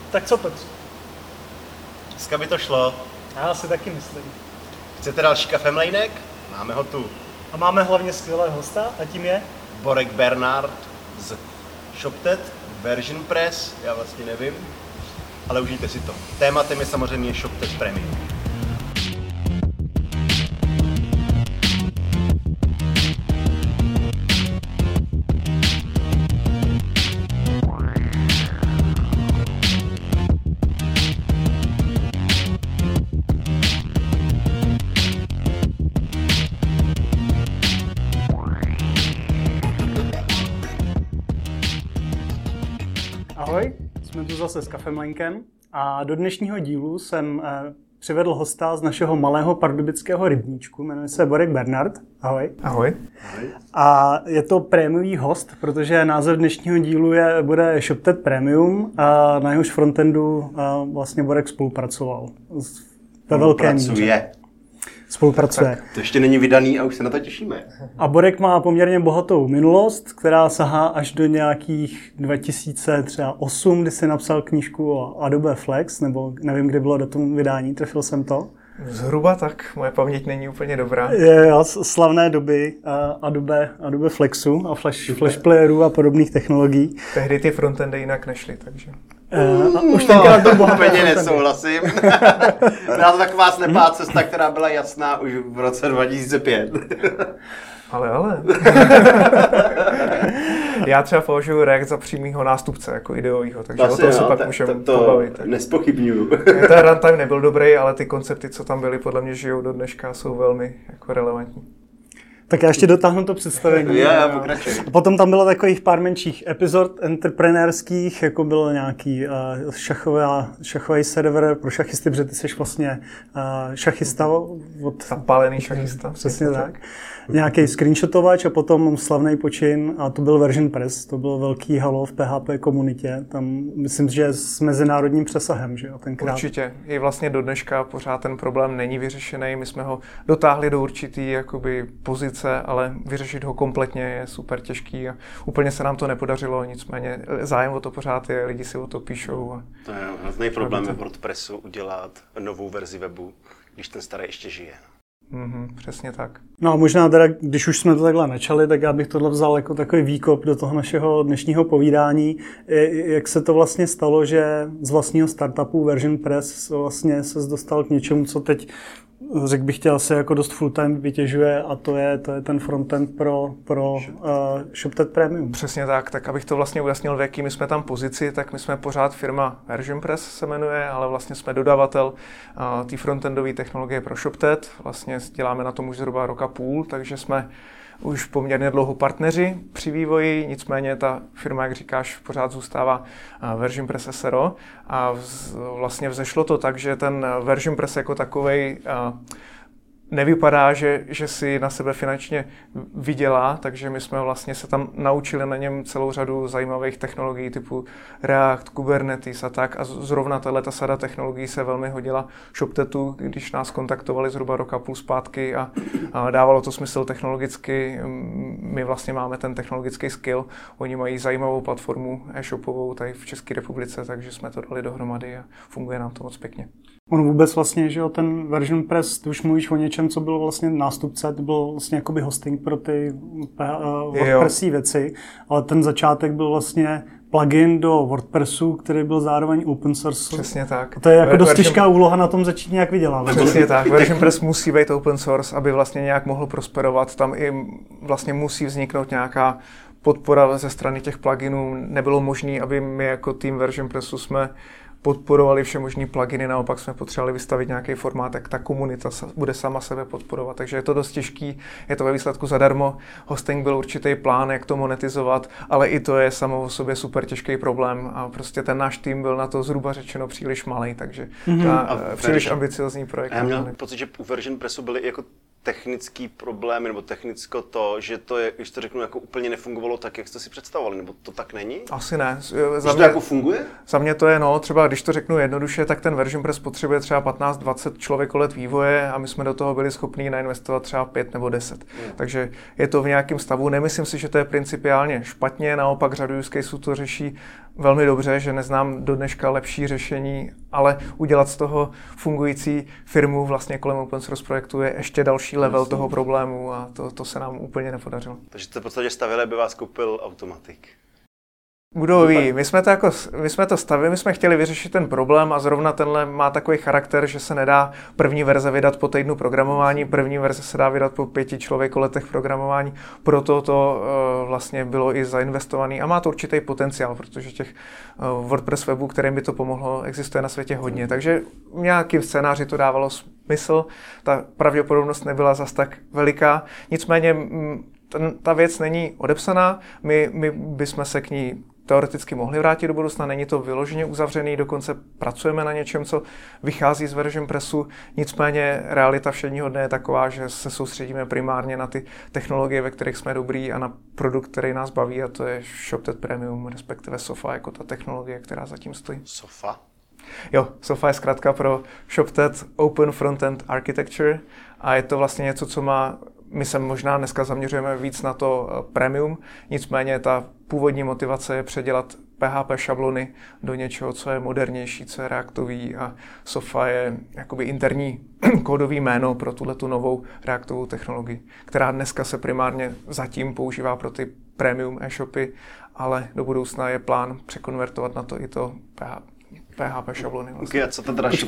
Tak co, Petře? Dneska by to šlo. Já si taky myslím. Chcete další kafemlejnek? Máme ho tu. A máme hlavně skvělého hosta a tím je? Borek Bernard z ShopTet, Version Press, já vlastně nevím, ale užijte si to. Tématem je samozřejmě ShopTet Premium. Ahoj, jsme tu zase s Kafemlejnkem a do dnešního dílu jsem přivedl hosta z našeho malého pardubického rybníčku, jmenuje se Borek Bernard. Ahoj. Ahoj. A je to prémiový host, protože název dnešního dílu bude ShopTet Premium a na jehož frontendu vlastně Borek spolupracoval. Ve velké míře. Spolupracuje. Tak, to ještě není vydaný a už se na to těšíme. A Borek má poměrně bohatou minulost, která sahá až do nějakých 2008, kdy si napsal knížku o Adobe Flex, nebo nevím, kdy bylo datum vydání, trefil jsem to. Zhruba tak, moje paměť není úplně dobrá. Jo, slavné doby Adobe Flexu a Flash playerů a podobných technologií. Tehdy ty frontendy jinak nešly, takže... Už tenkrát to bohatě nesouhlasím. Byla to taková slepá cesta, která byla jasná už v roce 2005. Ale. Já třeba považuji React za přímýho nástupce, jako ideovýho, takže o tom se pak můžeme pobavit. Nespochybňuju. Ten runtime nebyl dobrý, ale ty koncepty, co tam byly, podle mě žijou do dneška, jsou velmi jako relevantní. Tak já ještě dotáhnu to představení. Já pokračuji. A potom tam bylo takových pár menších epizod entreprenérských, jako byl nějaký šachový server pro šachisty, protože ty jsi vlastně šachista. Zapálený šachista. Přesně tak. Nějaký screenshotovač a potom slavný počin a to byl Version Press, to byl velký halo v PHP komunitě. Tam myslím, že s mezinárodním přesahem, že jo, tenkrát. Určitě. I vlastně do dneška pořád ten problém není vyřešený. My jsme ho dotáhli do určitý jakoby pozice, ale vyřešit ho kompletně je super těžký a úplně se nám to nepodařilo, nicméně zájem o to pořád je, lidi si o to píšou. To je hrozný problém ve WordPressu udělat novou verzi webu, když ten starý ještě žije. Přesně tak. No a možná teda, když už jsme to takhle načali, tak já bych tohle vzal jako takový výkop do toho našeho dnešního povídání. Jak se to vlastně stalo, že z vlastního startupu Version Press vlastně se dostal k něčemu, co teď, řekl bych tě, asi jako dost full-time vytěžuje a to je ten frontend pro ShopTet Premium. Přesně tak abych to vlastně ujasnil, v jaký my jsme tam pozici, tak my jsme pořád firma Version Press se jmenuje, ale vlastně jsme dodavatel té frontendové technologie pro ShopTet. Vlastně děláme na tom už zhruba rok a půl, takže jsme už poměrně dlouho partneři při vývoji, nicméně ta firma, jak říkáš, pořád zůstává Version Press SRO a vlastně vzešlo to tak, že ten Version Press jako takovej nevypadá, že si na sebe finančně vydělá, takže my jsme vlastně se tam naučili na něm celou řadu zajímavých technologií typu React, Kubernetes a tak a zrovna tato sada technologií se velmi hodila ShopTetu, když nás kontaktovali zhruba rok a půl zpátky a dávalo to smysl technologicky. My vlastně máme ten technologický skill, oni mají zajímavou platformu e-shopovou tady v České republice, takže jsme to dali dohromady a funguje nám to moc pěkně. On vůbec vlastně, že jo, ten Version Press, ty už mluvíš o něčem, co byl vlastně nástupce, to byl vlastně jakoby hosting pro ty WordPressí věci, ale ten začátek byl vlastně plugin do WordPressu, který byl zároveň open source. Přesně tak. A to je jako dost těžká úloha na tom začít nějak vydělávat. Přesně tak. Version Press musí být open source, aby vlastně nějak mohl prosperovat. Tam i vlastně musí vzniknout nějaká podpora ze strany těch pluginů. Nebylo možné, aby my jako tým Version Pressu jsme podporovali vše možný pluginy, naopak jsme potřebovali vystavit nějaký formát, jak ta komunita bude sama sebe podporovat. Takže je to dost těžký, je to ve výsledku zadarmo. Hosting byl určitý plán, jak to monetizovat, ale i to je samo o sobě super těžký problém a prostě ten náš tým byl na to zhruba řečeno příliš malý, takže příliš ambiciozní projekt. A já měl pocit, že u Version Pressu byly jako technický problém, nebo technicko to, že to je, když to řeknu, jako úplně nefungovalo tak, jak jste si představovali, nebo to tak není? Asi ne. Za mě, to jako funguje? Za mě to je, třeba když to řeknu jednoduše, tak ten version press potřebuje třeba 15-20 člověkolet vývoje a my jsme do toho byli schopni nainvestovat třeba 5 nebo 10. Takže je to v nějakém stavu. Nemyslím si, že to je principiálně špatně, naopak řadu use caseů to řeší velmi dobře, že neznám do dneška lepší řešení, ale udělat z toho fungující firmu vlastně kolem open source projektu je ještě další level toho problému a to se nám úplně nepodařilo. Takže jste v podstatě stavěli, aby vás koupil Automatic. Kdo ví, my jsme to stavili, my jsme chtěli vyřešit ten problém a zrovna tenhle má takový charakter, že se nedá první verze vydat po týdnu programování, první verze se dá vydat po 5 člověkoletech programování, proto to vlastně bylo i zainvestovaný a má to určitý potenciál, protože těch WordPress webů, kterým by to pomohlo, existuje na světě hodně, takže v nějakém scénáři to dávalo smysl, ta pravděpodobnost nebyla zas tak veliká, nicméně ta věc není odepsaná, my bychom se k ní teoreticky mohli vrátit do budoucna, není to vyloženě uzavřený, dokonce pracujeme na něčem, co vychází z version pressu, nicméně realita všedního dne je taková, že se soustředíme primárně na ty technologie, ve kterých jsme dobrý a na produkt, který nás baví a to je ShopTet Premium, respektive SOFA jako ta technologie, která zatím stojí. SOFA? Jo, SOFA je zkrátka pro ShopTet Open Frontend Architecture a je to vlastně něco, co má. My se možná dneska zaměřujeme víc na to premium, nicméně ta původní motivace je předělat PHP šablony do něčeho, co je modernější, co je reaktový a SOFA je jakoby interní kódový jméno pro tuhletu novou reaktovou technologii, která dneska se primárně zatím používá pro ty premium e-shopy, ale do budoucna je plán překonvertovat na to i to PHP šablony. Vlastně. Okay, a co to teda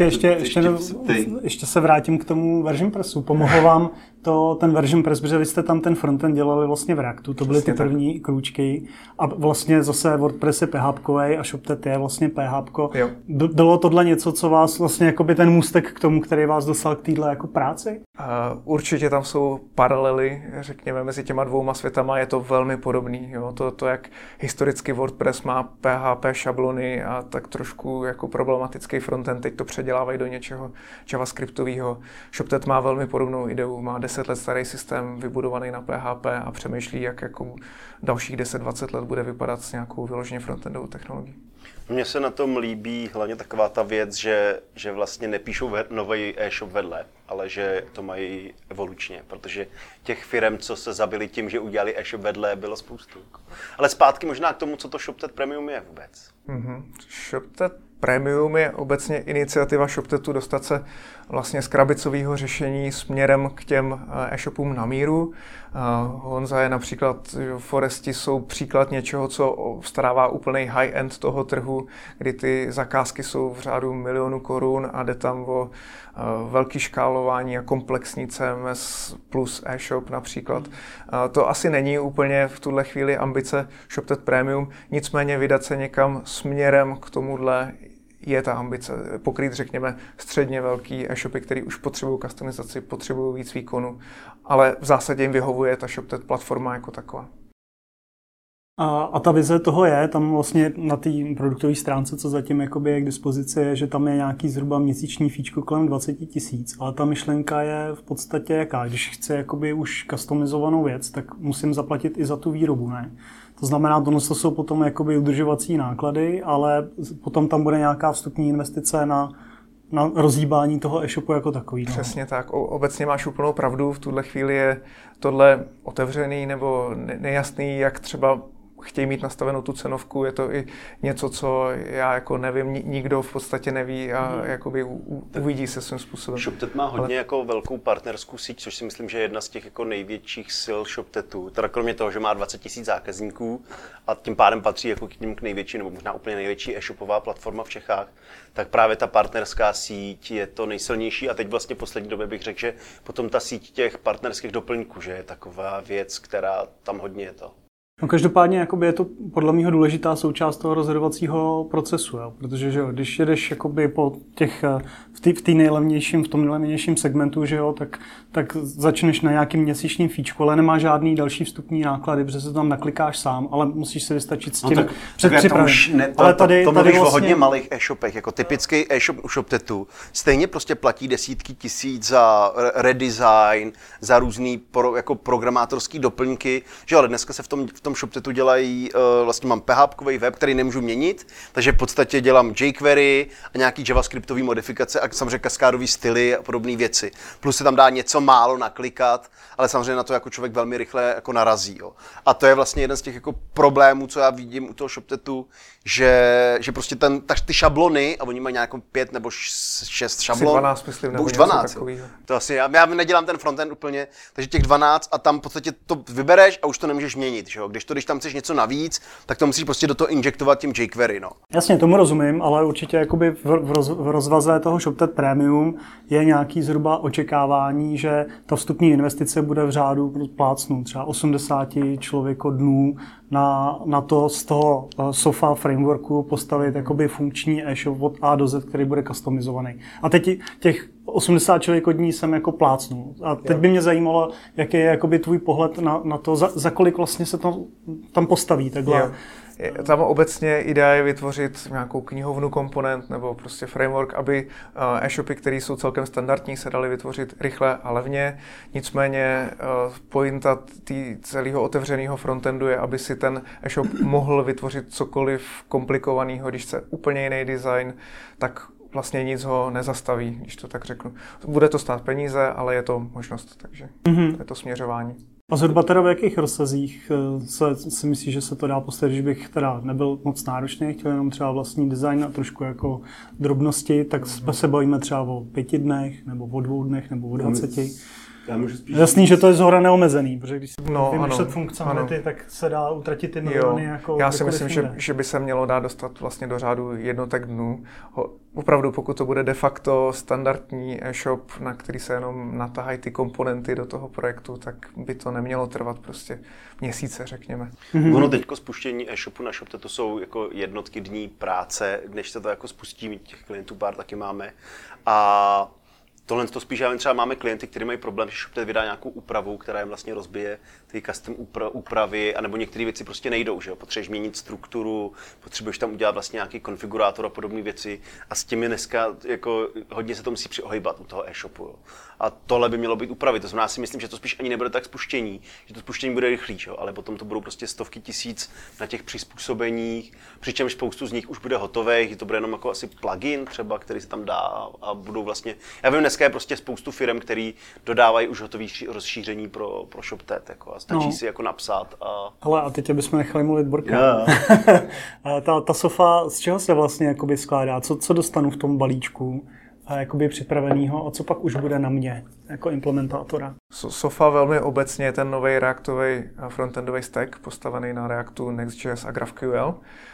ještě se vrátím k tomu version pressu. Pomohlo vám ten version press, protože vy jste tam ten frontend dělali vlastně v Reactu, to byly ty první krůčky a vlastně zase WordPress je PHPkovej a ShopTet je vlastně PHPko. Bylo tohle něco, co vás vlastně jakoby ten můstek k tomu, který vás dostal k téhle jako práci? Určitě tam jsou paralely, řekněme, mezi těma dvouma světama, je to velmi podobný. Jo? To, jak historicky WordPress má PHP šablony a tak trošku jako problematický frontend, teď to předělávají do něčeho javascriptového. ShopTet má velmi podobnou ideu, má 10 let starý systém vybudovaný na PHP a přemýšlí, jak jako dalších 10-20 let bude vypadat s nějakou vyloženě frontendovou technologií. Mně se na tom líbí hlavně taková ta věc, že vlastně nepíšou nový e-shop vedle, ale že to mají evolučně, protože těch firm, co se zabili tím, že udělali e-shop vedle, bylo spoustu. Ale zpátky možná k tomu, co to ShopTet Premium je vůbec. ShopTet Premium je obecně iniciativa ShopTetu dostat se vlastně z krabicového řešení směrem k těm e-shopům na míru. Honza je například, Foresti jsou příklad něčeho, co starává úplný high-end toho trhu, kdy ty zakázky jsou v řádu milionů korun a jde tam o velký škálování a komplexní CMS plus e-shop například. To asi není úplně v tuhle chvíli ambice ShopTet Premium, nicméně vydat se někam směrem k tomuhle je ta ambice pokrýt, řekněme, středně velký e-shopy, který už potřebují customizaci, potřebují víc výkonu, ale v zásadě jim vyhovuje ta ShopTet platforma jako taková. A ta vize toho je, tam vlastně na té produktové stránce, co zatím jakoby je k dispozici, je, že tam je nějaký zhruba měsíční fíčko kolem 20 000, ale ta myšlenka je v podstatě jaká. Když chci jakoby už customizovanou věc, tak musím zaplatit i za tu výrobu, ne? To znamená, to jsou potom jakoby udržovací náklady, ale potom tam bude nějaká vstupní investice na rozhýbání toho e-shopu jako takový. No. Přesně tak. Obecně máš úplnou pravdu. V tuhle chvíli je tohle otevřený nebo nejasný, jak třeba chtějí mít nastavenou tu cenovku, je to i něco, co já jako nevím, nikdo v podstatě neví a jakoby uvidí se svým způsobem. ShopTet má hodně jako velkou partnerskou síť, což si myslím, že je jedna z těch jako největších sil ShopTetu. Teda kromě toho, že má 20 000 zákazníků a tím pádem patří jako k ním k největší, nebo možná úplně největší e-shopová platforma v Čechách, tak právě ta partnerská síť je to nejsilnější a teď vlastně v poslední době bych řekl, že potom ta síť těch partnerských doplňků, že je taková věc, která tam hodně je to. No každopádně jakoby je to podle mého důležitá součást toho rozhodovacího procesu, jo? Protože že jo, když jedeš jakoby po těch, v tom nejlevnějším segmentu, že jo, tak začneš na nějakým měsíčním fíčku, ale nemá žádný další vstupní náklady, protože se tam naklikáš sám, ale musíš se vystačit s tím předpřipraveným. Ale tady mluvíš vlastně o hodně malých e-shopech, jako typický e-shop u ShopTetu stejně prostě platí desítky tisíc za redesign, za různý jako programátorský doplňky, že ale dneska se v tom ShopTetu dělají, vlastně mám PHPkový web, který nemůžu měnit, takže v podstatě dělám jQuery a nějaký javascriptový modifikace a samozřejmě kaskádový styly a podobné věci. Plus se tam dá něco málo naklikat, ale samozřejmě na to jako člověk velmi rychle jako narazí. Jo. A to je vlastně jeden z těch jako problémů, co já vidím u toho ShopTetu, že prostě ty šablony, a oni mají nějakou 5 nebo 6 šablon. 12, myslím, nebo už 12. To asi, já nedělám ten frontend úplně, takže těch 12 a tam v podstatě to vybereš a už to nemůžeš měnit. Že jo. Když tam chceš něco navíc, tak to musíš prostě do toho injektovat tím jQuery. No. Jasně, tomu rozumím, ale určitě jakoby v rozvaze toho ShopTet Premium je nějaký zhruba očekávání, že ta vstupní investice bude v řádu plácnu třeba 80 člověkodnů na to z toho SOFA frameworku postavit jakoby funkční e-shop od A do Z, který bude customizovaný. A teď těch 80 člověkodní jsem jako plácnul. A teď by mě zajímalo, jaký je jakoby tvůj pohled na to, za kolik vlastně se to tam postaví takhle. Jo. Tam obecně idea je vytvořit nějakou knihovnu komponent nebo prostě framework, aby e-shopy, které jsou celkem standardní, se daly vytvořit rychle a levně. Nicméně pointa celého otevřeného frontendu je, aby si ten e-shop mohl vytvořit cokoliv komplikovaného, když chce úplně jiný design, tak vlastně nic ho nezastaví, když to tak řeknu. Bude to stát peníze, ale je to možnost, takže je to směřování. A zhruba teda v jakých rozsazích si myslíš, že se to dá postavit, když bych teda nebyl moc náročný, chtěl jenom třeba vlastní design a trošku jako drobnosti, tak se bavíme třeba o 5 dnech, nebo o 2 dnech, nebo o 20. Jasný, že to je zhora neomezený, protože když si vymýšlet funkcionality, tak se dá utratit ty miliony jako já si myslím, že by se mělo dát dostat vlastně do řádu jednotek dnů. Opravdu, pokud to bude de facto standardní e-shop, na který se jenom natahají ty komponenty do toho projektu, tak by to nemělo trvat prostě měsíce, řekněme. Ono teďko spuštění e-shopu na ShopTetu to jsou jako jednotky dní práce, než se to jako spustí, těch klientů pár taky máme. A tohle to spíš, já vím, třeba máme klienty, kteří mají problém, že ShopTet vydá nějakou úpravu, která jim vlastně rozbije ty custom úpravy, anebo některé věci prostě nejdou, že jo? Potřebuješ měnit strukturu, potřebuješ tam udělat vlastně nějaký konfigurátor a podobné věci a s těmi dneska jako hodně se to musí přiohejbat u toho e-shopu. Jo? A tohle by mělo být úpravy, to znamená, si myslím, že to spíš ani nebude tak spuštění, že to spuštění bude rychlý, jo? Ale potom to budou prostě stovky tisíc na těch přizpůsobeních, přičemž spoustu z nich už bude hotových, to bude jenom jako asi plugin třeba, který se tam dá a budou vlastně, já vím, dneska je prostě spoustu firm, který dodávají už hotový rozšíření pro ShopTet, jako, a stačí si jako napsat. Hele, a teď bychom nechali mluvit Borka. ta SOFA, z čeho se vlastně jakoby skládá? Co dostanu v tom balíčku jakoby připravenýho a co pak už bude na mě jako implementátora? SOFA velmi obecně je ten nový reaktový frontendový stack postavený na Reactu, Next.js a GraphQL.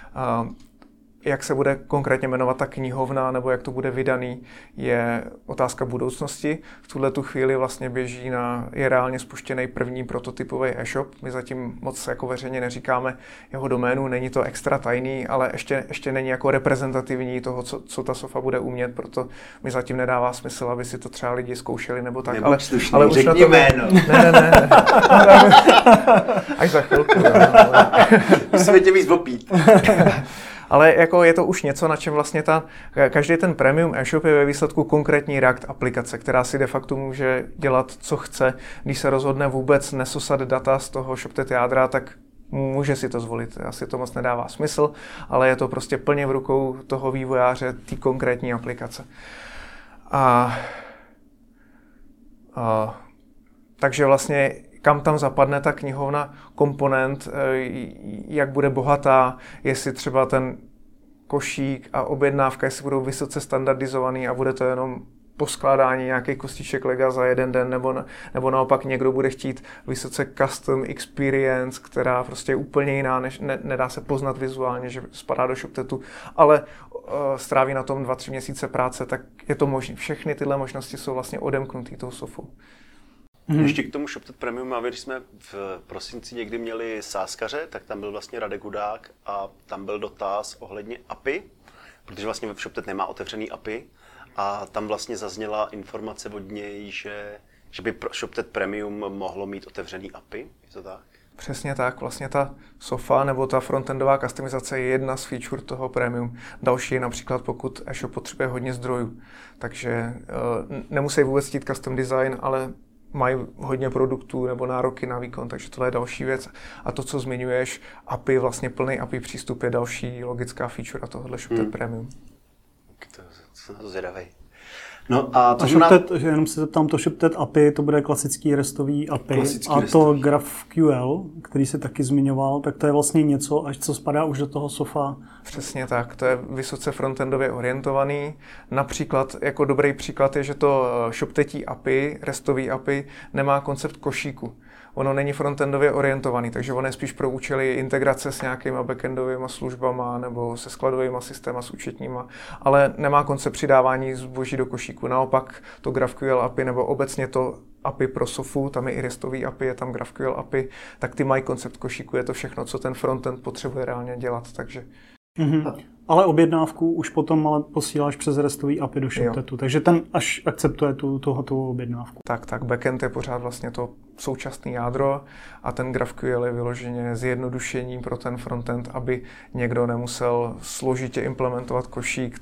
Jak se bude konkrétně jmenovat ta knihovna nebo jak to bude vydaný, je otázka budoucnosti. V tuhletu chvíli vlastně je reálně spuštěný první prototypový e-shop. My zatím moc jako veřejně neříkáme jeho doménu, není to extra tajný, ale ještě není jako reprezentativní toho, co ta SOFA bude umět, proto mi zatím nedává smysl, aby si to třeba lidi zkoušeli nebo tak. Ale už na to jméno. Ne. Až za chvilku. Musíme tě víc opít. Ale jako je to už něco, na čem vlastně každý ten premium e-shop je ve výsledku konkrétní React aplikace, která si de facto může dělat, co chce. Když se rozhodne vůbec nesosat data z toho ShopTet jádra, tak může si to zvolit. Asi to moc nedává smysl, ale je to prostě plně v rukou toho vývojáře té konkrétní aplikace. Takže vlastně kam tam zapadne ta knihovna komponent, jak bude bohatá, jestli třeba ten košík a objednávka, jestli budou vysoce standardizovaný a bude to jenom poskládání nějakých kostiček Lega za jeden den, nebo naopak někdo bude chtít vysoce custom experience, která prostě je úplně jiná, než nedá se poznat vizuálně, že spadá do ShopTetu, ale stráví na tom 2-3 měsíce práce, tak je to možné. Všechny tyhle možnosti jsou vlastně odemknutý tou SOFou. Ještě k tomu ShopTet Premium, a když jsme v prosinci někdy měli sáskaře, tak tam byl vlastně Radek Hudák a tam byl dotaz ohledně API, protože vlastně v ShopTet nemá otevřený API a tam vlastně zazněla informace od něj, že by ShopTet Premium mohlo mít otevřený API, je to tak? Přesně tak, vlastně ta sofa nebo ta frontendová customizace je jedna z feature toho Premium. Další je například, pokud e-shop potřebuje hodně zdrojů. Takže nemusí vůbec chtít custom design, ale mají hodně produktů nebo nároky na výkon, takže tohle je další věc. A to, co zmiňuješ, API, vlastně plný API přístup je další logická feature a tohle ShopTet Premium. To jsem na to zvědavej. No a to ShopTet, jenom se zeptám, to ShopTet API, to bude klasický restový API a to GraphQL, který se taky zmiňoval, tak to je vlastně něco, až co spadá už do toho sofa. Přesně tak, to je vysoce frontendově orientovaný. Například, jako dobrý příklad je, že to ShopTetí API, restový API, nemá koncept košíku. Ono není frontendově orientovaný, takže ono je spíš pro účely integrace s nějakýma backendovými službama nebo se skladovými systémy, s účetníma, ale nemá koncept přidávání zboží do košíku. Naopak to GraphQL API nebo obecně to API pro sofu, tam je i restový API, je tam GraphQL API, tak ty mají koncept košíku, je to všechno, co ten frontend potřebuje reálně dělat, takže... Ale objednávku už potom ale posíláš přes restový API do ShopTetu, takže ten až akceptuje tu hotovou objednávku. Tak, backend je pořád vlastně to současné jádro a ten GraphQL je vyloženě zjednodušením pro ten frontend, aby někdo nemusel složitě implementovat košík,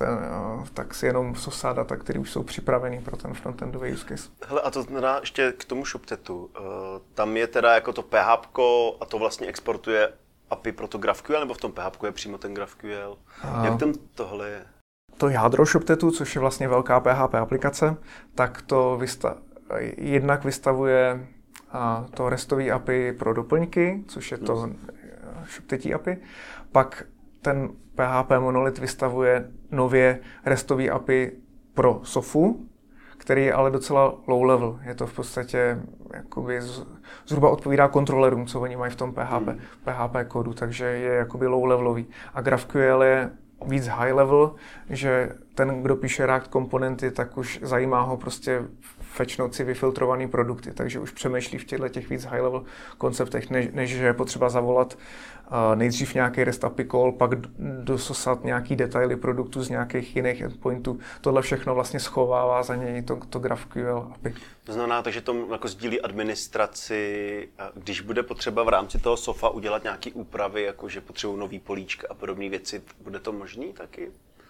tak si jenom sosá data, které už jsou připravený pro ten frontendový use case. Hele, a to teda ještě k tomu ShopTetu. Tam je teda jako to PHPko a to vlastně exportuje API pro to GraphQL, nebo v tom PHP je přímo ten GraphQL? Jak tam tohle je? To jádro ShopTetu, což je vlastně velká PHP aplikace, tak to jednak vystavuje to restový API pro doplňky, což je to ShopTetí API. Pak ten PHP monolit vystavuje nově restový API pro sofu, který je ale docela low level. Je to v podstatě jakoby zhruba odpovídá kontrolerům, co oni mají v tom PHP kódu, takže je jakoby low levelový. A GraphQL je víc high level, že ten, kdo píše React komponenty, tak už zajímá ho prostě fetchnout si vyfiltrovaný produkty, takže už přemýšlí v těch víc high level konceptech, než že je potřeba zavolat nejdřív nějaký REST API call, pak dososat nějaký detaily produktu z nějakých jiných endpointů. Tohle všechno vlastně schovává za něj to GraphQL API. To znamená, že to jako sdílí administraci, když bude potřeba v rámci toho sofa udělat nějaké úpravy, jako že potřebují nový políčka a podobné věci, bude to možný taky?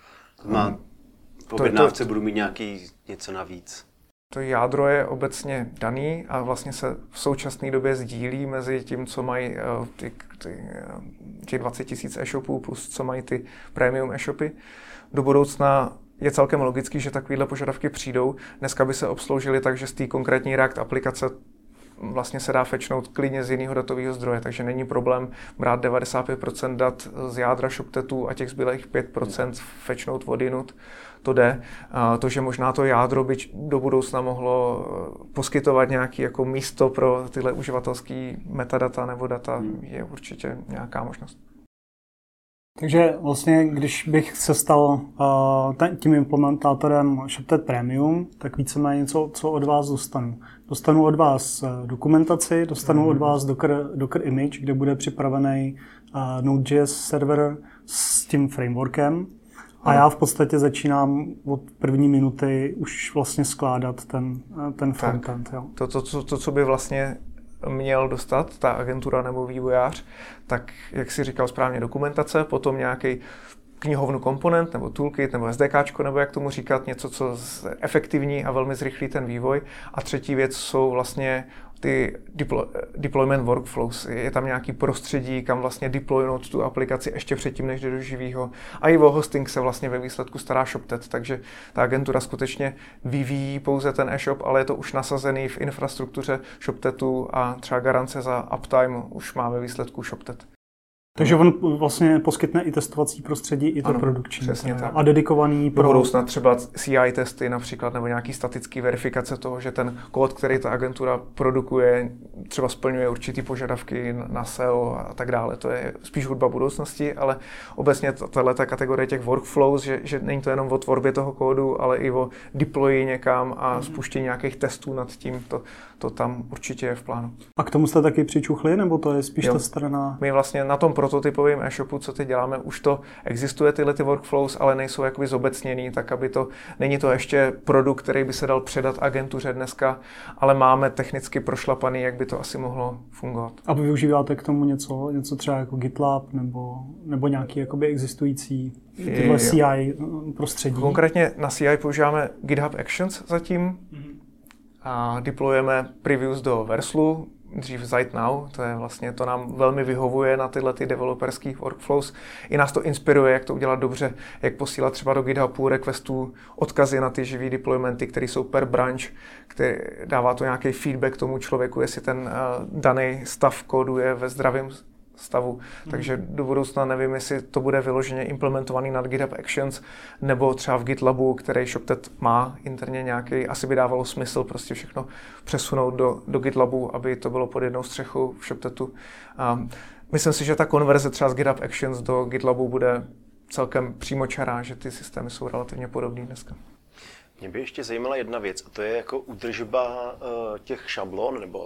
V objednávce budu mít něco navíc. To jádro je obecně daný a vlastně se v současné době sdílí mezi tím, co mají těch 20 000 e-shopů plus co mají ty premium e-shopy. Do budoucna je celkem logický, že takovéhle požadavky přijdou. Dneska by se obsloužily tak, že z té konkrétní React aplikace vlastně se dá fetchnout klidně z jiného datového zdroje, takže není problém brát 95% dat z jádra ShopTetu a těch zbylých 5% fetchnout odinut. To jde. To, že možná to jádro by do budoucna mohlo poskytovat nějaké jako místo pro tyhle uživatelské metadata nebo data, je určitě nějaká možnost. Takže vlastně, když bych se stal tím implementátorem ShopTet Premium, tak víceméně něco, co od vás dostanu. Dostanu od vás dokumentaci, dostanu od vás Docker image, kde bude připravený Node.js server s tím frameworkem. A já v podstatě začínám od první minuty už vlastně skládat ten frontend. Jo. To, co by vlastně měl dostat ta agentura nebo vývojář, tak jak si říkal správně, dokumentace, potom nějaký knihovnu komponent nebo toolkit nebo SDKčko, nebo jak tomu říkat, něco, co efektivní a velmi zrychlí ten vývoj. A třetí věc jsou vlastně ty deployment workflows. Je tam nějaký prostředí, kam vlastně deploynout tu aplikaci ještě předtím, než jde do živýho. A i o hosting se vlastně ve výsledku stará ShopTet, takže ta agentura skutečně vyvíjí pouze ten e-shop, ale je to už nasazený v infrastruktuře ShopTetu a třeba garance za uptime už má ve výsledku ShopTet. Takže on vlastně poskytne i testovací prostředí, i to ano, produkční. Přesně tak. A dedikovaný pro... Budou snad třeba CI testy například, nebo nějaký statický verifikace toho, že ten kód, který ta agentura produkuje, třeba splňuje určitý požadavky na SEO a tak dále. To je spíš hudba budoucnosti, ale obecně tato kategorie těch workflows, že není to jenom o tvorbě toho kódu, ale i o deployi někam a spuštění nějakých testů nad tím, to tam určitě je v plánu. A k tomu jste taky přičuchli, nebo to je spíš ta strana? My vlastně na tom prototypovém e-shopu, co teď děláme, už to existuje tyhle ty workflows, ale nejsou jakoby zobecněný, tak aby to, není to ještě produkt, který by se dal předat agentuře dneska, ale máme technicky prošlapaný, jak by to asi mohlo fungovat. A vy využíváte k tomu něco třeba jako GitLab nebo nějaký jakoby existující tyhle CI prostředí? Konkrétně na CI používáme GitHub Actions zatím a deployujeme previews do Verslu, dřív Zite Now, to nám velmi vyhovuje na tyhle ty developerský workflows. I nás to inspiruje, jak to udělat dobře, jak posílat třeba do GitHubu requestů odkazy na ty živý deploymenty, které jsou per branch, který dává to nějaký feedback tomu člověku, jestli ten daný stav kódu je ve zdravém stavu. Takže do budoucna nevím, jestli to bude vyloženě implementovaný nad GitHub Actions, nebo třeba v GitLabu, který ShopTet má interně nějaký, asi by dávalo smysl prostě všechno přesunout do GitLabu, aby to bylo pod jednou střechou v ShopTetu. Myslím si, že ta konverze třeba z GitHub Actions do GitLabu bude celkem přímočará, že ty systémy jsou relativně podobné dneska. Mě by ještě zajímala jedna věc, a to je jako údržba těch šablon nebo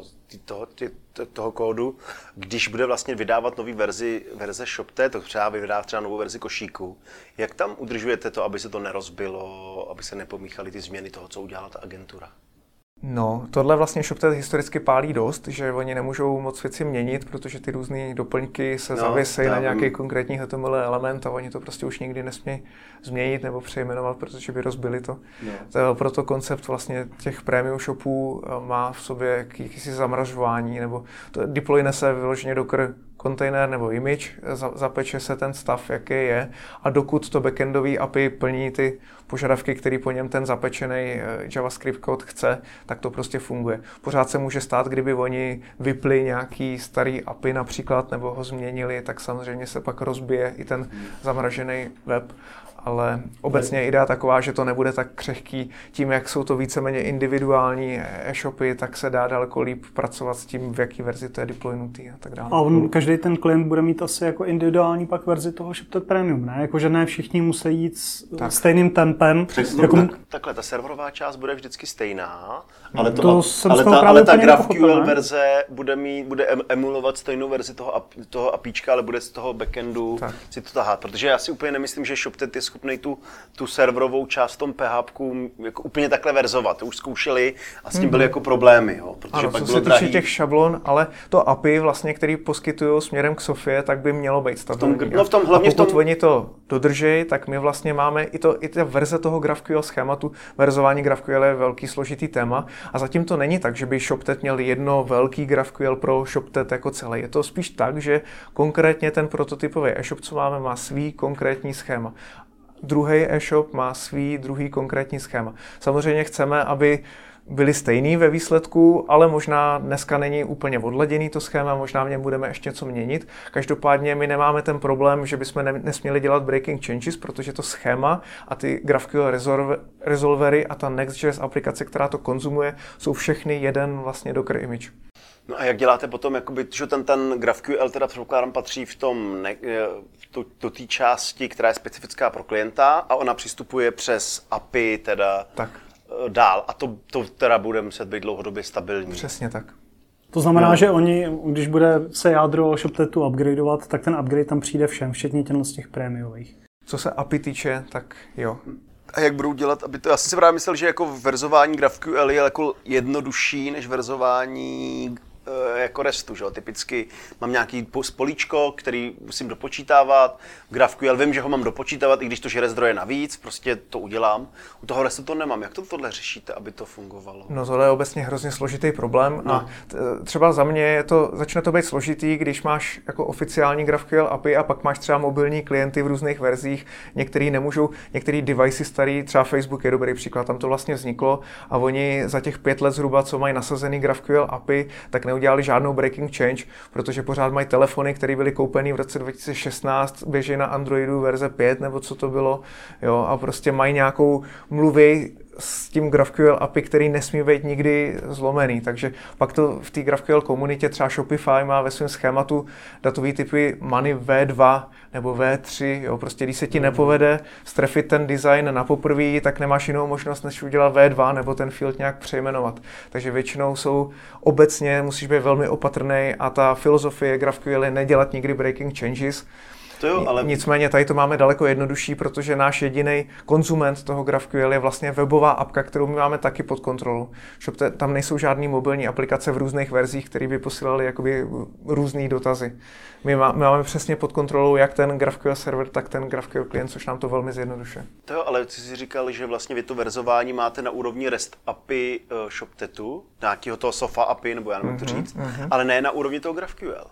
toho kódu, když bude vlastně vydávat nový verze ShopTet, to třeba vydá třeba novou verzi košíku. Jak tam udržujete to, aby se to nerozbilo, aby se nepomíchaly ty změny toho, co udělala ta agentura? No, tohle vlastně ShopTet historicky pálí dost, že oni nemůžou moc věci měnit, protože ty různé doplňky se zavěsejí na nějaký konkrétní HTML element a oni to prostě už nikdy nesmí změnit nebo přejmenovat, protože by rozbili to. No. Proto koncept vlastně těch premium shopů má v sobě jakýsi zamražování, nebo to deployne se vyloženě Docker kontejner nebo image, zapeče se ten stav, jaký je, a dokud to backendový API plní ty požadavky, který po něm ten zapečený JavaScript kód chce, tak to prostě funguje. Pořád se může stát, kdyby oni vypli nějaký starý API například, nebo ho změnili, tak samozřejmě se pak rozbije i ten zamražený web. Ale obecně je idea taková, že to nebude tak křehký. Tím, jak jsou to víceméně individuální e-shopy, tak se dá daleko líp pracovat s tím, v jaký verzi to je deploynutý a tak dále. A každý ten klient bude mít asi jako individuální pak verzi toho ShopTet Premium, ne? Jakože ne všichni musí jít stejným tempem. Takhle, ta serverová část bude vždycky stejná, ale ta GraphQL verze bude emulovat stejnou verzi toho APIčka, ale bude z toho backendu si to tahat. Protože já si úplně nemyslím, že ShopTet je schopný tu serverovou část v tom PHPku jako úplně takhle verzovat. To už zkoušeli a s tím byly jako problémy. Jo, protože ano, pak co bylo se týče těch šablon, ale to API, vlastně, který poskytují směrem k Sofie, tak by mělo být stabilní. Pokud oni to dodržejí, tak my vlastně máme i ta verze toho GraphQL schématu. Verzování GraphQL je velký složitý téma a zatím to není tak, že by ShopTet měl jedno velký GraphQL pro ShopTet jako celé. Je to spíš tak, že konkrétně ten prototypový e-shop, co máme, má svý konkrétní schéma. Druhý e-shop má svý druhý konkrétní schéma. Samozřejmě chceme, aby byly stejný ve výsledku, ale možná dneska není úplně odladěný to schéma, možná v něm budeme ještě něco měnit. Každopádně my nemáme ten problém, že bychom nesměli dělat breaking changes, protože to schéma a ty GraphQL resolvery a ta Next.js aplikace, která to konzumuje, jsou všechny jeden vlastně Docker image. No a jak děláte potom, jakoby, že ten GraphQL teda předpokládám patří do té části, která je specifická pro klienta a ona přistupuje přes API teda dál a to teda bude muset být dlouhodobě stabilní. Přesně tak. To znamená, že oni, když bude se jádro ShopTetu upgradeovat, tak ten upgrade tam přijde všem, včetně těch prémiových. Co se API týče, tak jo. A jak budou dělat, aby to... Já jsem si právě myslel, že jako verzování GraphQL je jako jednodušší než verzování jako RESTu, že? Typicky mám nějaký políčko, který musím dopočítávat. V GraphQL vím, že ho mám dopočítávat, i když to žere zdroje navíc, prostě to udělám. U toho RESTu to nemám. Jak tohle řešíte, aby to fungovalo? No tohle je obecně hrozně složitý problém. No. A třeba za mě začne to být složitý, když máš jako oficiální GraphQL API a pak máš třeba mobilní klienty v různých verzích. Některý nemůžou, některý device starý, třeba Facebook je dobrý příklad, tam to vlastně vzniklo a oni za těch 5 let zhruba, co mají nasazený GraphQL API, tak neudělali žádnou breaking change, protože pořád mají telefony, které byly koupeny v roce 2016, běží na Androidu verze 5 nebo co to bylo, jo, a prostě mají nějakou mluví s tím GraphQL API, který nesmí být nikdy zlomený. Takže pak to v té GraphQL komunitě třeba Shopify má ve svém schématu datový typy Money V2 nebo V3. Jo. Prostě když se ti nepovede strefit ten design na poprvé, tak nemáš jinou možnost, než udělat V2 nebo ten field nějak přejmenovat. Takže většinou jsou obecně, musíš být velmi opatrný a ta filozofie GraphQL je nedělat nikdy breaking changes. Jo, ale... Nicméně tady to máme daleko jednodušší, protože náš jediný konzument toho GraphQL je vlastně webová apka, kterou my máme taky pod kontrolou. Tam nejsou žádné mobilní aplikace v různých verzích, které by posílaly jakoby různé dotazy. My máme přesně pod kontrolou jak ten GraphQL server, tak ten GraphQL klient, což nám to velmi zjednodušuje. To jo, ale ty jsi říkal, že vlastně vy to verzování máte na úrovni REST API ShopTetu, nějakého toho SOFA API, nebo já nevím, jak to říct, ale ne na úrovni toho GraphQL.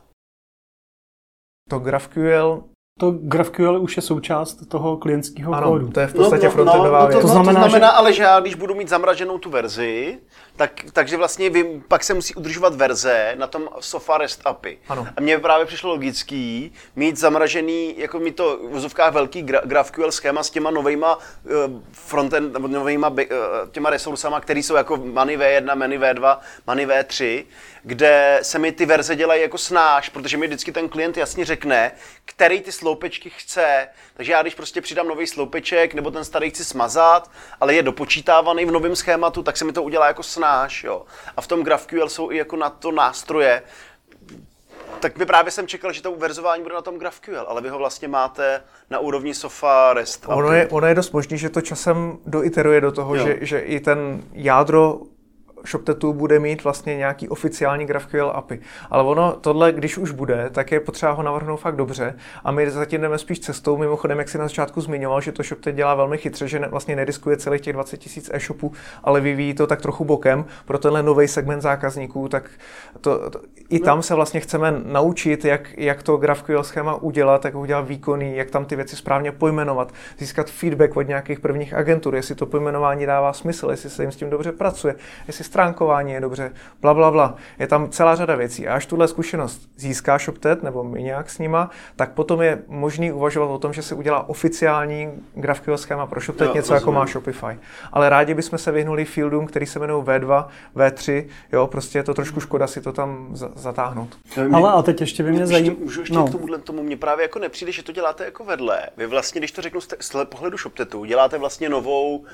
To GraphQL už je součást toho klientského ano, kódu. To je v podstatě frontendová věc. To znamená, ale že já, když budu mít zamraženou tu verzi, takže vlastně pak se musí udržovat verze na tom SOFA REST API. Ano. A mně právě přišlo logický mít zamražený, jako mít to v vozovkách velký GraphQL schéma s těma novejma frontend, nebo novejma těma resursama, které jsou jako Money V1, Money V2, Money V3, kde se mi ty verze dělají jako snáš, protože mi vždycky ten klient jasně řekne, který ty sloupečky chce. Takže já když prostě přidám nový sloupeček, nebo ten starý chci smazat, ale je dopočítávaný v novém schématu, tak se mi to udělá jako snáš. Jo. A v tom GraphQL jsou i jako na to nástroje. Tak my právě jsem čekal, že to verzování bude na tom GraphQL, ale vy ho vlastně máte na úrovni SOFA REST. Ono je dost možný, že to časem doiteruje do toho, že i ten jádro ShopTetu bude mít vlastně nějaký oficiální GraphQL API. Ale ono, tohle, když už bude, tak je potřeba ho navrhnout fakt dobře. A my zatím jdeme spíš cestou, mimochodem, jak si na začátku zmiňoval, že to ShopTet dělá velmi chytře, že vlastně nediskuje celých těch 20 000 e-shopů, ale vyvíjí to tak trochu bokem pro tenhle nový segment zákazníků, tak i tam se vlastně chceme naučit, jak to GraphQL schéma udělat, jak ho udělat výkonný, jak tam ty věci správně pojmenovat, získat feedback od nějakých prvních agentur, jestli to pojmenování dává smysl, jestli se jim s tím dobře pracuje, jestli stránkování je dobře, blablabla. Je tam celá řada věcí. A až tuhle zkušenost získá ShopTet, nebo my nějak s nima, tak potom je možný uvažovat o tom, že se udělá oficiální GraphQL schéma pro ShopTet, něco jako má Shopify. Ale rádi bychom se vyhnuli fieldům, který se jmenují V2, V3, jo, prostě je to trošku škoda si to tam zatáhnout. Ale a teď ještě by mě zajímalo. Můžu ještě k tomu mně právě jako nepřijde, že to děláte jako vedle. Vy vlastně, když to řeknu z pohledu ShopTetu, děláte vlastně novou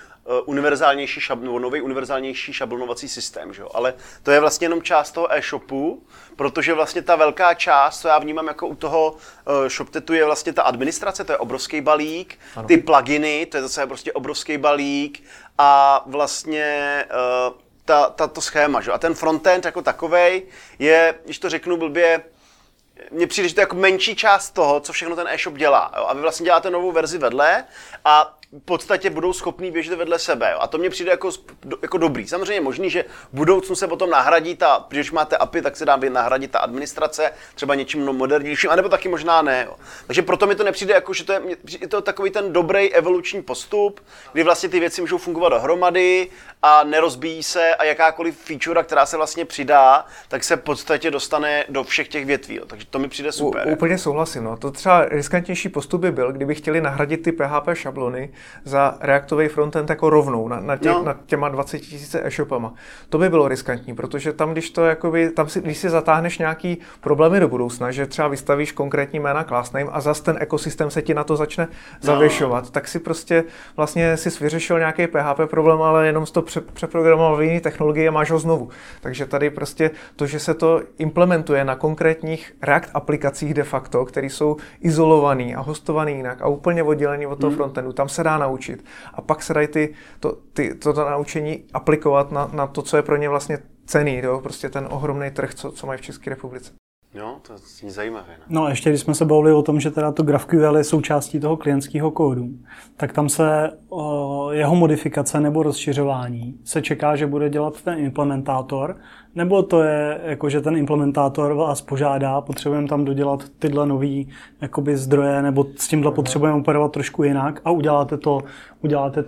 nový univerzálnější šablonovací systém, že jo? Ale to je vlastně jenom část toho e-shopu, protože vlastně ta velká část, co já vnímám jako u toho ShopTetu, je vlastně ta administrace, to je obrovský balík, ty pluginy, to je zase prostě obrovský balík a vlastně to schéma, že? A ten frontend jako takovej je, když to řeknu blbě, mně přijde, že to je jako menší část toho, co všechno ten e-shop dělá. Jo? A vy vlastně děláte novou verzi vedle a v podstatě budou schopní běžet vedle sebe. Jo? A to mně přijde jako dobrý. Samozřejmě je možný, že v budoucnu se potom nahradí když máte API, tak se dá nahradit ta administrace, třeba něčím modernějším, anebo taky možná ne. Jo? Takže proto mi to nepřijde jako, že je to takový ten dobrý evoluční postup, kdy vlastně ty věci můžou fungovat dohromady a nerozbíjí se a jakákoliv feature, která se vlastně přidá, tak se v podstatě dostane do všech těch větví. Jo? Takže to mi přijde super. Úplně souhlasím. No. To třeba riskantnější postup by byl, kdyby chtěli nahradit ty PHP šablony za Reactový frontend jako rovnou nad těma 20 000 e-shopama. To by bylo riskantní, protože tam, když si zatáhneš nějaký problémy do budoucna, že třeba vystavíš konkrétní jména class name a zas ten ekosystém se ti na to začne zavěšovat, tak si prostě vlastně si vyřešil nějaký PHP problém, ale jenom to přeprogramoval v jiný technologii a máš ho znovu. Takže tady prostě to, že se to implementuje na konkrétních React aplikacích de facto, které jsou izolovaný a hostovaný jinak a úplně oddělený od toho frontendu, tam se dá naučit. A pak se dají toto naučení aplikovat na to, co je pro ně vlastně cenný, jo? Prostě ten ohromný trh, co mají v České republice. Jo, to je zajímavé. Ne? No a ještě když jsme se bavili o tom, že teda to GraphQL je součástí toho klientského kódu, tak tam se jeho modifikace nebo rozšiřování se čeká, že bude dělat ten implementátor, nebo to je jako, že ten implementátor vás požádá, potřebujeme tam dodělat tyhle nový jakoby zdroje, nebo s tímhle potřebujeme operovat trošku jinak a uděláte to vy.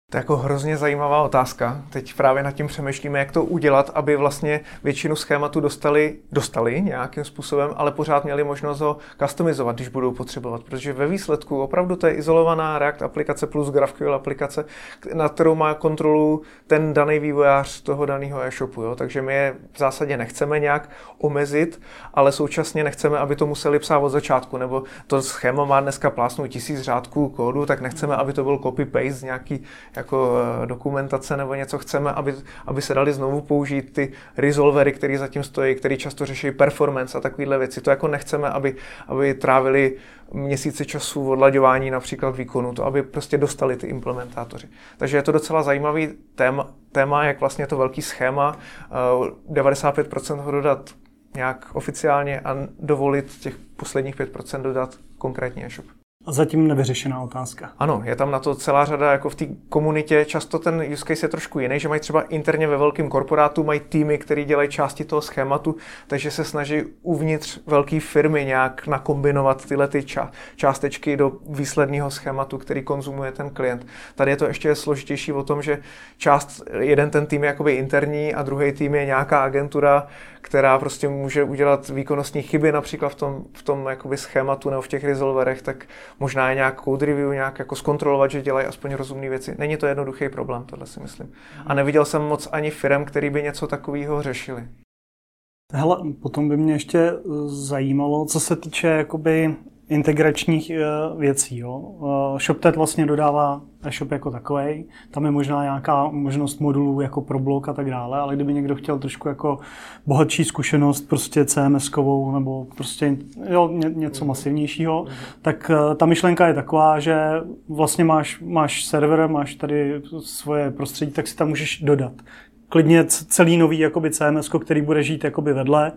To je jako hrozně zajímavá otázka. Teď právě nad tím přemýšlíme, jak to udělat, aby vlastně většinu schématu dostali nějakým způsobem, ale pořád měli možnost ho customizovat, když budou potřebovat. Protože ve výsledku opravdu to je izolovaná React aplikace plus GraphQL aplikace, na kterou má kontrolu ten daný vývojář toho daného e-shopu. Jo? Takže my je v zásadě nechceme nějak omezit, ale současně nechceme, aby to museli psát od začátku. Nebo to schéma má dneska plásnout 1000 řádků kódu, tak nechceme, aby to byl copy-paste z nějaký jako dokumentace nebo něco. Chceme, aby se dali znovu použít ty resolvery, které zatím stojí, které často řeší performance a takovéhle věci. To jako nechceme, aby trávili měsíce času v odlaďování například výkonu, to aby prostě dostali ty implementátoři. Takže je to docela zajímavý téma, jak vlastně to velký schéma, 95% ho dodat nějak oficiálně a dovolit těch posledních 5% dodat konkrétní e-shop. A zatím nevyřešená otázka. Ano, je tam na to celá řada, jako v té komunitě, často ten use case je trošku jiný, že mají třeba interně ve velkém korporátu, mají týmy, které dělají části toho schématu, takže se snaží uvnitř velké firmy nějak nakombinovat tyhle ty částečky do výsledného schématu, který konzumuje ten klient. Tady je to ještě složitější o tom, že jeden ten tým je jakoby interní a druhý tým je nějaká agentura, která prostě může udělat výkonnostní chyby například v tom jakoby schématu nebo v těch resolverech, tak možná je nějak code review, nějak jako zkontrolovat, že dělají aspoň rozumné věci. Není to jednoduchý problém, tohle si myslím. A neviděl jsem moc ani firem, který by něco takového řešili. Hele, potom by mě ještě zajímalo, co se týče jakoby integračních věcí. Jo. ShopTet vlastně dodává e-shop jako takovej, tam je možná nějaká možnost modulů jako pro blog a tak dále, ale kdyby někdo chtěl trošku jako bohatší zkušenost prostě CMS-kovou nebo prostě něco masivnějšího, tak ta myšlenka je taková, že vlastně máš server, máš tady svoje prostředí, tak si tam můžeš dodat klidně celý nový jakoby CMS-ko, který bude žít jakoby vedle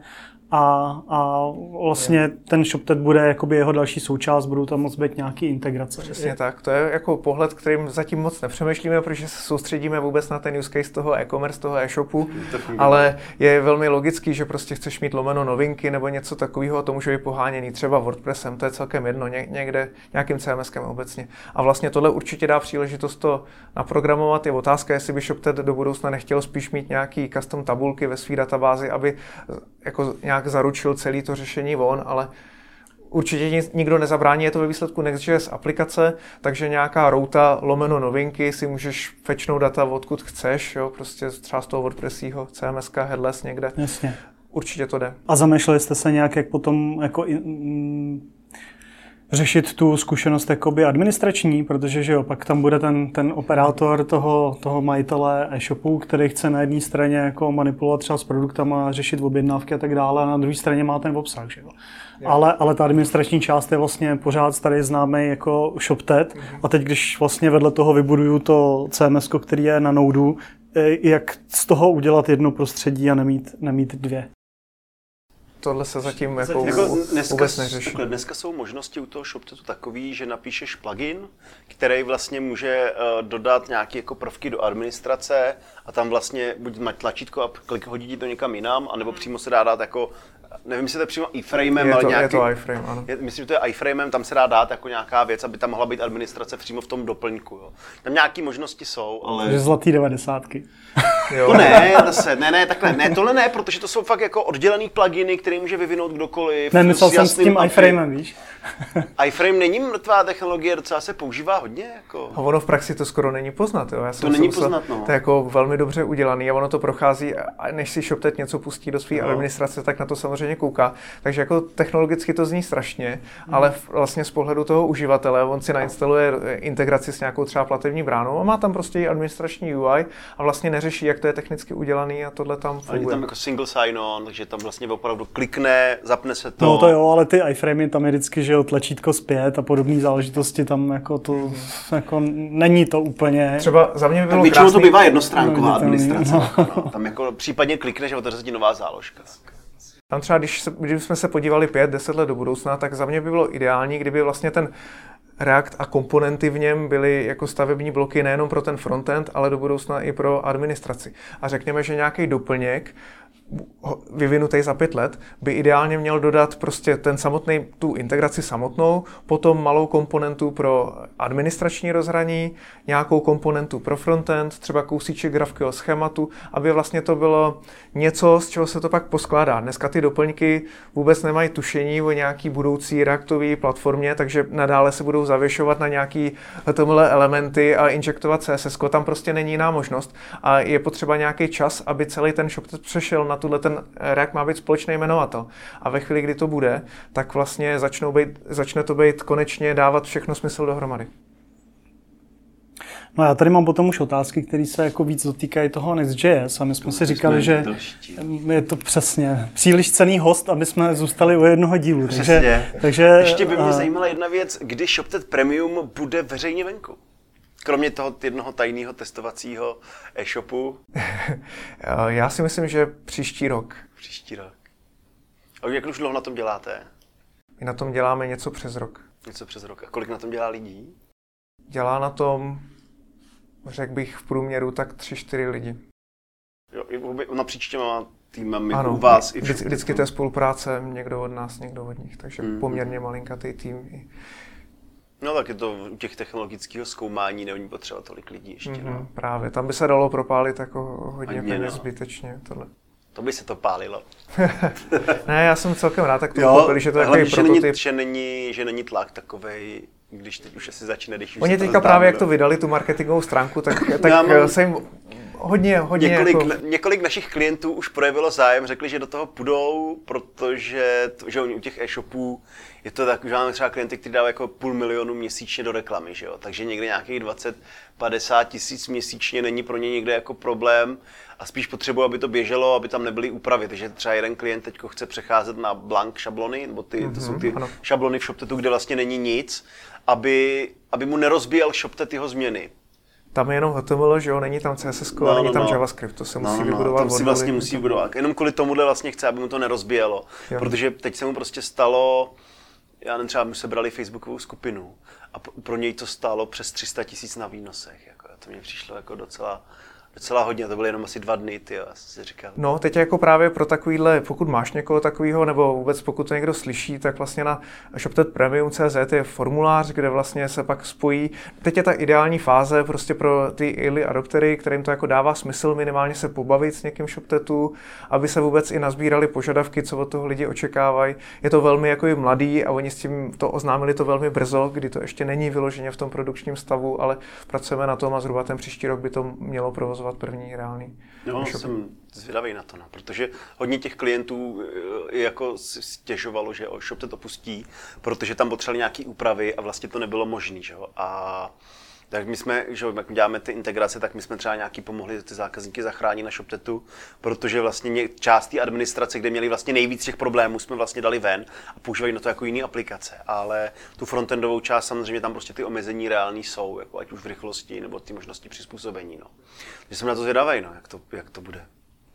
a vlastně ten ShopTet bude jakoby jeho další součást, budou tam moc být nějaký integrace. Přesně tak, to je jako pohled, kterým zatím moc nepřemýšlíme, protože se soustředíme vůbec na ten use case toho e-commerce, toho e-shopu, ale je velmi logický, že prostě chceš mít lomeno novinky nebo něco takového, to může být poháněný třeba WordPressem, to je celkem jedno, někde nějakým CMSkem obecně. A vlastně tohle určitě dá příležitost to naprogramovat. Je otázka, jestli by ShopTet do budoucna nechtěl spíš mít nějaký custom tabulky ve své databázi, aby jako nějak zaručil celé to řešení on, ale určitě nikdo nezabrání, je to ve výsledku Next.js aplikace, takže nějaká routa lomeno novinky si můžeš fetchnout data odkud chceš, jo, prostě třeba z toho WordPressího, CMSka, headless někde. Jasně. Určitě to jde. A zamýšleli jste se nějak, jak potom jako řešit tu zkušenost jakoby administrační, protože že jo, pak tam bude ten operátor toho majitele e-shopu, který chce na jedné straně jako manipulovat třeba s produktama, řešit objednávky a tak dále, a na druhé straně má ten obsah, že jo. Ale ta administrační část je vlastně pořád starý známý jako ShopTet a teď, když vlastně vedle toho vybuduju to CMS, který je na Node, jak z toho udělat jedno prostředí a nemít dvě. Tohle se zatím jako vůbec neřeší. Dneska jsou možnosti u toho ShopTetu takový, že napíšeš plugin, který vlastně může dodat nějaké jako prvky do administrace a tam vlastně buď mať tlačítko a hodí to někam jinam, anebo přímo se dá dát jako, nevím, jestli to je přímo iframem, ale nějaký... Je to iframe, ano. Myslím, že to je iframem, tam se dá dát jako nějaká věc, aby tam mohla být administrace přímo v tom doplňku. Jo. Tam nějaké možnosti jsou, ale... Že zlatý 90. To ne, zase, takhle, tohle ne, protože to jsou fakt jako oddělený pluginy, který může vyvinout kdokoliv. Myslel jsem s tím iframem, víš? Iframe není mrtvá technologie, docela se používá hodně. Jako. A ono v praxi to skoro není poznat, jo. To není poznat, no. To je jako velmi dobře udělaný a ono to prochází, a než si ShopTet něco pustí do své administrace, tak na to samozřejmě kouká. Takže jako technologicky to zní strašně, ale vlastně z pohledu toho uživatele, on si nainstaluje integraci s nějakou třeba platební bránou a má tam prostě administrační UI a vlastně neřeší, jak to je technicky udělaný a tohle tam funguje. A je tam jako single sign-on, takže tam vlastně opravdu klikne, zapne se to. No to jo, ale ty iframey tam je vždycky, že jo, tlačítko zpět a podobné záležitosti tam jako to jako není to úplně. Třeba za mě by bylo většinou to bývá jednostránková administrace. No. Tam jako případně klikneš a otevře se ti nová záložka. Tam třeba, když jsme se podívali 5-10 let do budoucna, tak za mě by bylo ideální, kdyby vlastně ten React a komponenty v něm byly jako stavební bloky nejenom pro ten frontend, ale do budoucna i pro administraci. A řekněme, že nějaký doplněk vyvinutý za 5 let, by ideálně měl dodat prostě tu integraci samotnou, potom malou komponentu pro administrační rozhraní, nějakou komponentu pro frontend, třeba kousíček GraphQL schématu, aby vlastně to bylo něco, z čeho se to pak poskládá. Dneska ty doplňky vůbec nemají tušení o nějaký budoucí reaktové platformě, takže nadále se budou zavěšovat na nějaký HTML elementy a injektovat CSS. Tam prostě není jiná možnost a je potřeba nějaký čas, aby celý ten ShopTet přešel na ten React má být společný jmenovatel. A ve chvíli, kdy to bude, tak vlastně začne to být konečně dávat všechno smysl dohromady. No já tady mám potom už otázky, které se jako víc dotýkají toho Next.js a my jsme si říkali, že je to přesně příliš cenný host, aby jsme zůstali u jednoho dílu. Takže ještě by mě zajímala jedna věc, kdy ShopTet Premium bude veřejně venku. Kromě toho jednoho tajného testovacího e-shopu? Já si myslím, že příští rok. Příští rok. A jak už dlouho na tom děláte? My na tom děláme něco přes rok. Něco přes rok. A kolik na tom dělá lidí? Dělá na tom, řekl bych v průměru, tak 3-4 lidi. Jo, napříč těma týmem u vás i všude. Vždycky to je spolupráce, někdo od nás, někdo od nich, takže poměrně malinkatý tým. No tak je to u těch technologického zkoumání, není potřeba tolik lidí ještě. No. Právě, tam by se dalo propálit jako hodně peněz zbytečně. Tohle. To by se to pálilo. Ne, já jsem celkem rád, tak to pochopili, že to je takový prototyp. Že není tlak takovej, když teď už asi začne, když už oni teďka právě, jak to vydali, tu marketingovou stránku, tak se jim hodně několik našich klientů už projevilo zájem, řekli, že do toho půjdou, protože že u těch e-shopů je to tak, že máme třeba klienty, kteří dávají jako 500 000 měsíčně do reklamy, že jo? Takže někde nějakých 20-50 tisíc měsíčně není pro ně někde jako problém a spíš potřebují, aby to běželo, aby tam nebyly úpravy. Takže třeba jeden klient teď chce přecházet na blank šablony, nebo to jsou ty šablony v ShopTetu, kde vlastně není nic, aby mu nerozbíjel ShopTet jeho změny. Tam je jenom HTML, že jo, není tam CSS, není tam JavaScript, to se musí vybudovat. To si vlastně musí vybudovat. Jenom kvůli tomuhle vlastně chce, aby mu to nerozbíjelo. Jo. Protože teď se mu prostě stalo, já nevím, třeba my se brali Facebookovou skupinu a pro něj to stálo přes 300 000 na výnosech. Jako, to mně přišlo jako docela hodně, to byly jenom asi 2 dny, já jsem si říkal. No, teď jako právě pro takovýhle, pokud máš někoho takového, nebo vůbec pokud to někdo slyší, tak vlastně na ShopTet Premium.cz je formulář, kde vlastně se pak spojí. Teď je ta ideální fáze prostě pro ty early adoptery, kterým to jako dává smysl minimálně se pobavit s někým ShopTetu, aby se vůbec i nazbírali požadavky, co od toho lidi očekávají. Je to velmi jako i mladý a oni s tím to oznámili to velmi brzo, kdy to ještě není vyloženě v tom produkčním stavu, ale pracujeme na tom a zhruba ten příští rok by to mělo provozovat první reálný. No, jsem zvědavý na to, protože hodně těch klientů jako stěžovalo, že ShopTet opustí, protože tam potřebovali nějaké úpravy a vlastně to nebylo možné, že jo. A tak my jsme, že jak děláme ty integrace, tak my jsme třeba nějaký pomohli ty zákazníky zachránit na ShopTetu, protože vlastně část té administrace, kde měli vlastně nejvíc těch problémů, jsme vlastně dali ven a používají na to jako jiné aplikace. Ale tu frontendovou část samozřejmě tam prostě ty omezení reální jsou, jako ať už v rychlosti nebo ty možnosti přizpůsobení. No. Takže jsem na to zvědavý, no, jak to bude.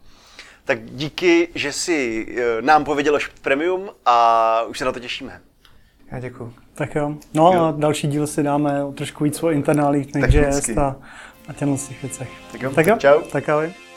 Tak díky, že jsi nám pověděl o ShopTet Premium a už se na to těšíme. Já děkuju. Tak jo. No a další díl si dáme trošku víc o internálích Next.js a těchto věcech. Tak jo, čau. Tak ahoj.